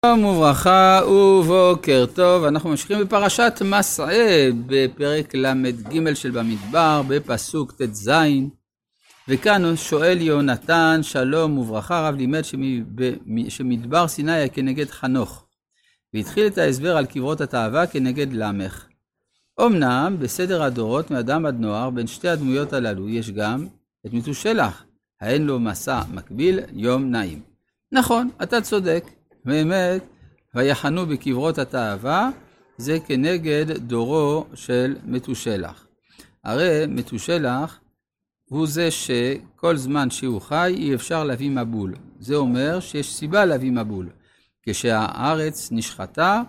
שלום וברכה ובוקר טוב, אנחנו ממשיכים בפרשת מסעי בפרק ל"ג של במדבר בפסוק ט"ז, וכאן שואל יונתן שלום וברכה, רב לימד שמדבר סיני היה כנגד חנוך, והתחיל את ההסבר על קברות התאווה כנגד למך. אמנם בסדר הדורות מאדם עד נוער בין שתי הדמויות הללו יש גם את מתושלח, האין לו מסע מקביל יום נעים. נכון, אתה צודק, באמת, ויחנו בקברות התאווה, זה כנגד דורו של מתושלח. הרי מתושלח הוא זה שכל זמן שהוא חי אי אפשר להביא מבול. זה אומר שיש סיבה להביא מבול. כשהארץ נשחטה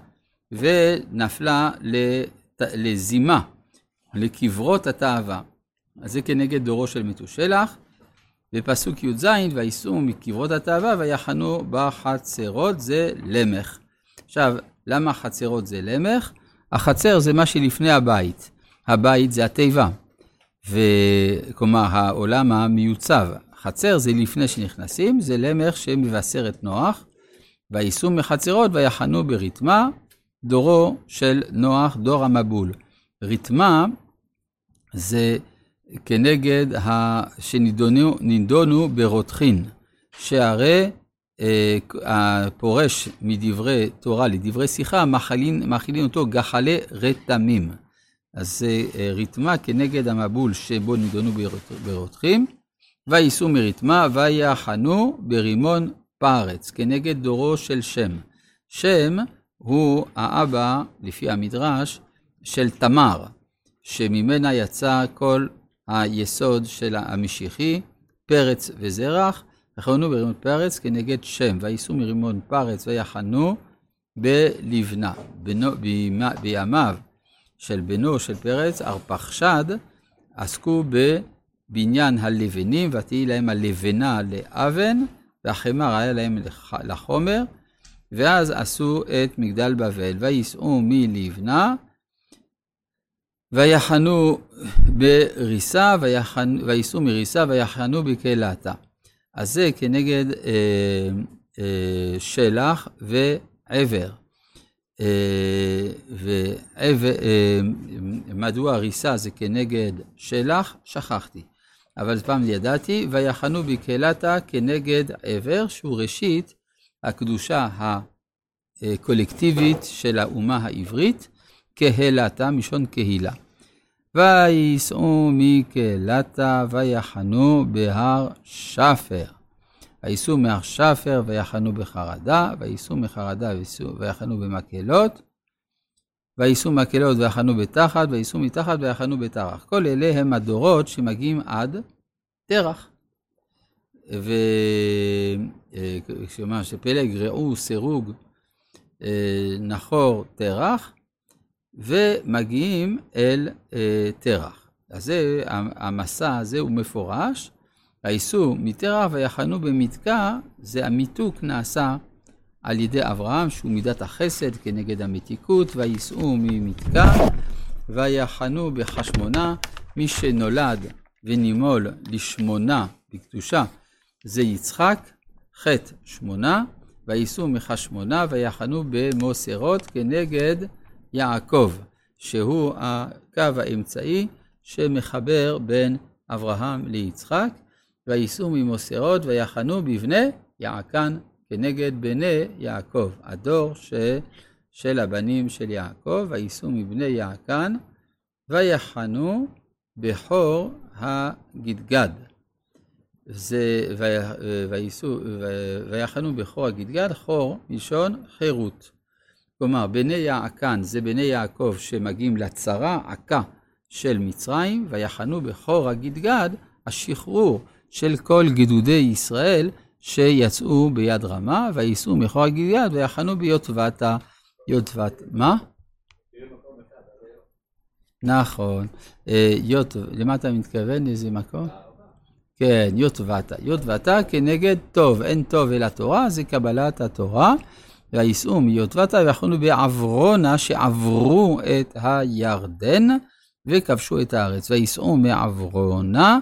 ונפלה לזימה, לקברות התאווה. אז זה כנגד דורו של מתושלח. בפסוק י"ז, וייסעו מקברות התאווה ויחנו בחצרות, זה למך. עכשיו, למה חצרות זה למך? החצר זה מה שלפני הבית. הבית זה התיבה. וכלומר, העולם המיוצב. חצר זה לפני שנכנסים, זה למך שמבשר את נוח. וייסעו מחצרות ויחנו ברתמה, דורו של נוח, דור המבול. רתמה זה כנגד שנידונו ברותחין, שהרי הפורש מדברי תורה לדברי שיחה, מאכילים אותו גחלי רתמים. אז זה רתמה כנגד המבול שבו נידונו ברותחין, וייסעו מרתמה ויחנו ברימון פרץ, כנגד דורו של שם. שם הוא האבא, לפי המדרש, של תמר, שממנה יצא כל היסוד של המשיחי, פרץ וזרח, ויחנו ברימון פרץ כנגד שם, וייסעו מרימון פרץ ויחנו בלבנה. בימיו של בנו של פרץ, ארפחשד, עסקו בבניין הלבנים, ותהי להם הלבנה לאבן, והחמר היה להם לחומר, ואז עשו את מגדל בבל, וייסעו מלבנה, ויחנו בריסה, וייסעו מריסה, ויחנו בקהלתה. אז זה כנגד שלח ועבר. מדוע ריסה זה כנגד שלח? שכחתי. אבל פעם ידעתי, ויחנו בקהלתה כנגד עבר, שהוא ראשית הקדושה הקולקטיבית של האומה העברית, קהלתה, משון קהילה. וייסעו מקהלתה ויחנו בהר שפר. וייסעו מהר שפר ויחנו בחרדה, וייסעו מחרדה ויחנו במקהלות, וייסעו מקהלות ויחנו בתחת, וייסעו מתחת ויחנו בתרח. כל אלה הם הדורות שמגיעים עד תרח. וכשמה שפלג ראו סירוג נחור תרח, ומגיעים אל תרח. אז זה, המסע הזה הוא מפורש. וייסעו מתרח ויחנו במתקע, זה המיתוק נעשה על ידי אברהם, שהוא מידת החסד כנגד המתיקות. וייסעו ממתקע ויחנו בחשמונה, מי שנולד ונימול לשמונה בקדושה, זה יצחק, חטא שמונה. וייסעו מחשמונה ויחנו במוסרות כנגד יעקב, שהוא הקו האמצעי שמחבר בין אברהם ליצחק. וייסעו ממוסרות ויחנו בבני יעקן, כנגד בני יעקב, הדור של הבנים של יעקב. וייסעו מבני יעקן ויחנו בחור הגדגד. ויחנו בחור הגדגד, חור מלשון חירות. כלומר, בני יעקן זה בני יעקב שמגיעים לצרה, עקה של מצרים, ויחנו בחור הגדגד, השחרור של כל גדודי ישראל שיצאו ביד רמה, וייסעו מחור הגדגד ויחנו ביוטבתה. מה? נכון. למה אתה מתכוון? איזה מקום? כן, יוטבתה. יוטבתה כנגד טוב, אין טוב אלא תורה, זה קבלת התורה. וייסעו מיוטבתה ויחנו בעברונה, שעברו את הירדן וכבשו את הארץ. וייסעו מעברונה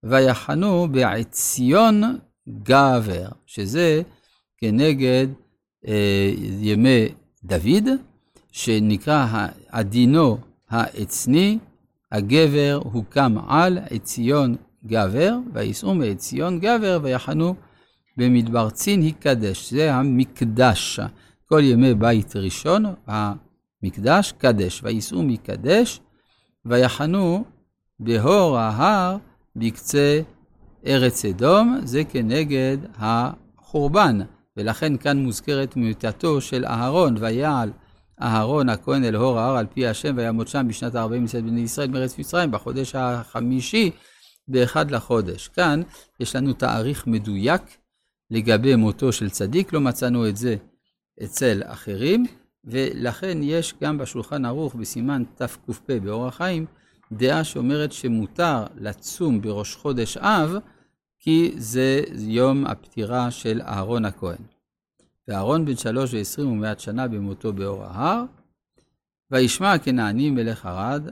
ויחנו בעציון גבר, שזה כנגד ימי דוד, שנקרא עדינו העצני, הגבר הוקם על עציון גבר, ויסעו מעציון גבר ויחנו במדבר צין יקדש. זה המקדש. כל ימי בית ראשון, המקדש, קדש. ויסעו מקדש ויחנו בהור ההר בקצה ארץ אדום, זה כנגד החורבן. ולכן כאן מוזכרת מיתתו של אהרון, ויעל אהרון הכהן אל הור ההר על פי השם, וימות שם בשנת 40 מצאת בני ישראל מארץ מצרים, בחודש החמישי באחד לחודש. כאן יש לנו תאריך מדויק לגבי מותו של צדיק, לא מצאנו את זה אצל אחרים, ולכן יש גם בשולחן ערוך בסימן תק"פ באור החיים, דעה שאומרת שמותר לצום בראש חודש אב, כי זה יום הפטירה של אהרון הכהן. ואהרון בן 3 ו20 שנה במותו באור ההר, וישמע הכנעני מלך ערד,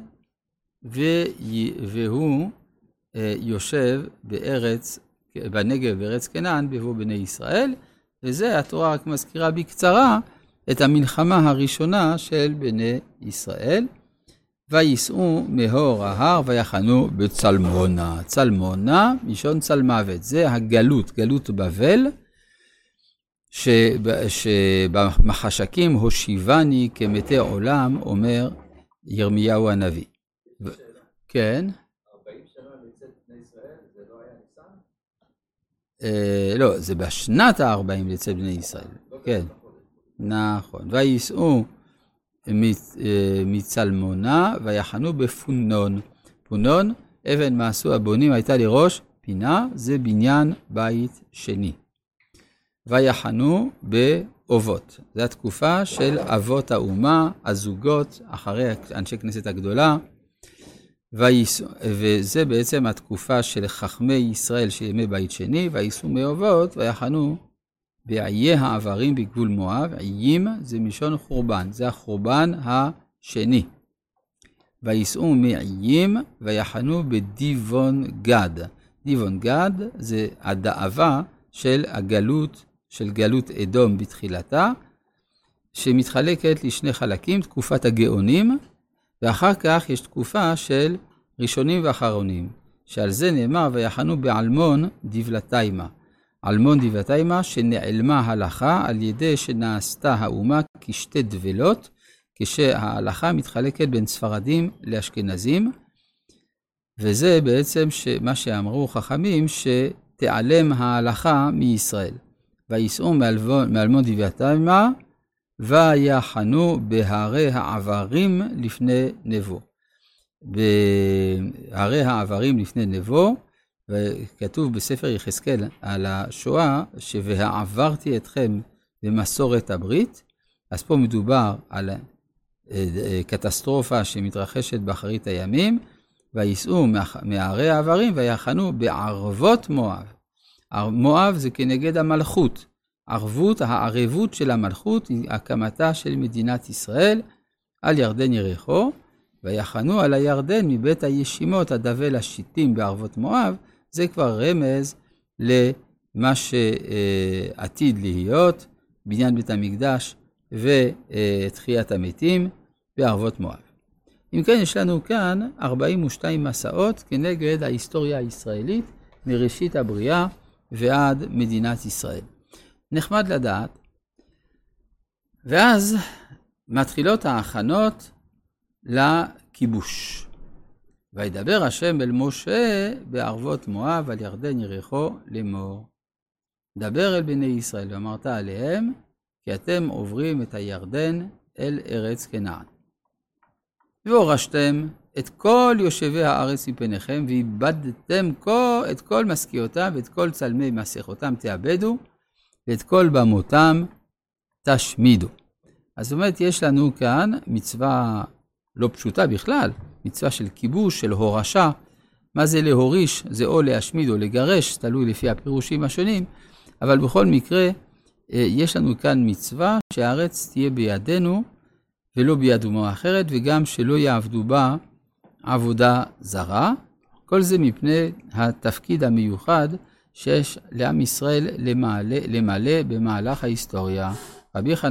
והוא יושב בנגב בארץ כנען בבוא בני ישראל, וזה התורה רק מזכירה בקצרה את המלחמה הראשונה של בני ישראל. ויסעו מהור ההר ויחנו בצלמונה. צלמונה, מלשון צלמוות, זה הגלות, גלות בבל, שבמחשכים הושיבני כמתי עולם, אומר ירמיהו הנביא. כן. 40 שנה לצאת בני ישראל, זה לא היה ניסן? לא, זה בשנת ה-40 לצאת בני ישראל. כן, נכון. ויסעו מצלמונה ויחנו בפונון. פונון, אבן מעשו הבונים, הייתה לראש פינה, זה בניין בית שני. ויחנו באובות. זו התקופה של אבות האומה, הזוגות, אחרי אנשי כנסת הגדולה, וזה בעצם התקופה של חכמי ישראל של ימי בית שני, ויסעו מאובות ויחנו בעיי העברים בגבול מואב. עיים זה מלשון חורבן, זה החורבן השני. ויסעו מעיים ויחנו בדיבון גד. דיבון גד זה הדאבה של הגלות, של גלות אדום בתחילתה, שמתחלקת לשני חלקים, תקופת הגאונים, ואחר כך יש תקופה של ראשונים ואחרונים, שעל זה נאמר ויחנו בעלמון דבלתיימה. אלמון דבלתיימה שנעלמה הלכה על ידי שנעשתה האומה כשתי דבלות, כשההלכה מתחלקת בין ספרדים לאשכנזים, וזה בעצם מה שאמרו חכמים, שתיעלם ההלכה מישראל. ויסעו מאלמון דבלתיימה ויחנו בהרי העברים לפני נבו. בהרי העברים לפני נבו, וכתוב בספר יחזקאל על השואה, והעברתי אתכם במסורת הברית. אז פה מדובר על קטסטרופה שמתרחשת באחרית הימים, ויסעו מהרי העברים ויחנו בערבות מואב. מואב זה כנגד המלכות. הערבות של המלכות היא הקמתה של מדינת ישראל על ירדן יריחו, ויחנו על הירדן מבית הישימות הדבל השיטים בערבות מואב. זה כבר רמז למה שעתיד להיות, בניין בית המקדש ותחיית המתים בערבות מואב. אם כן, יש לנו כאן 42 מסעות כנגד ההיסטוריה הישראלית, מראשית הבריאה ועד מדינת ישראל. נחמד לדעת. ואז מתחילות ההכנות לכיבוש. וידבר השם אל משה בערבות מואב על ירדן יריחו לאמור. דבר אל בני ישראל ואמרת עליהם, כי אתם עוברים את הירדן אל ארץ כנען. והורשתם את כל יושבי הארץ מפניכם, ואיבדתם את כל משכיותם ואת כל צלמי מסכותם תאבדו, ואת כל במותם תשמידו. אז זאת אומרת, יש לנו כאן מצווה לא פשוטה בכלל, מצווה של כיבוש, של הורשה. מה זה להוריש? זה או להשמיד או לגרש, תלוי לפי הפירושים השונים, אבל בכל מקרה, יש לנו כאן מצווה שהארץ תהיה בידינו, ולא ביד אומה אחרת, וגם שלא יעבדו בה עבודה זרה. כל זה מפני התפקיד המיוחד שיש לעם ישראל למלא במהלך ההיסטוריה. רבי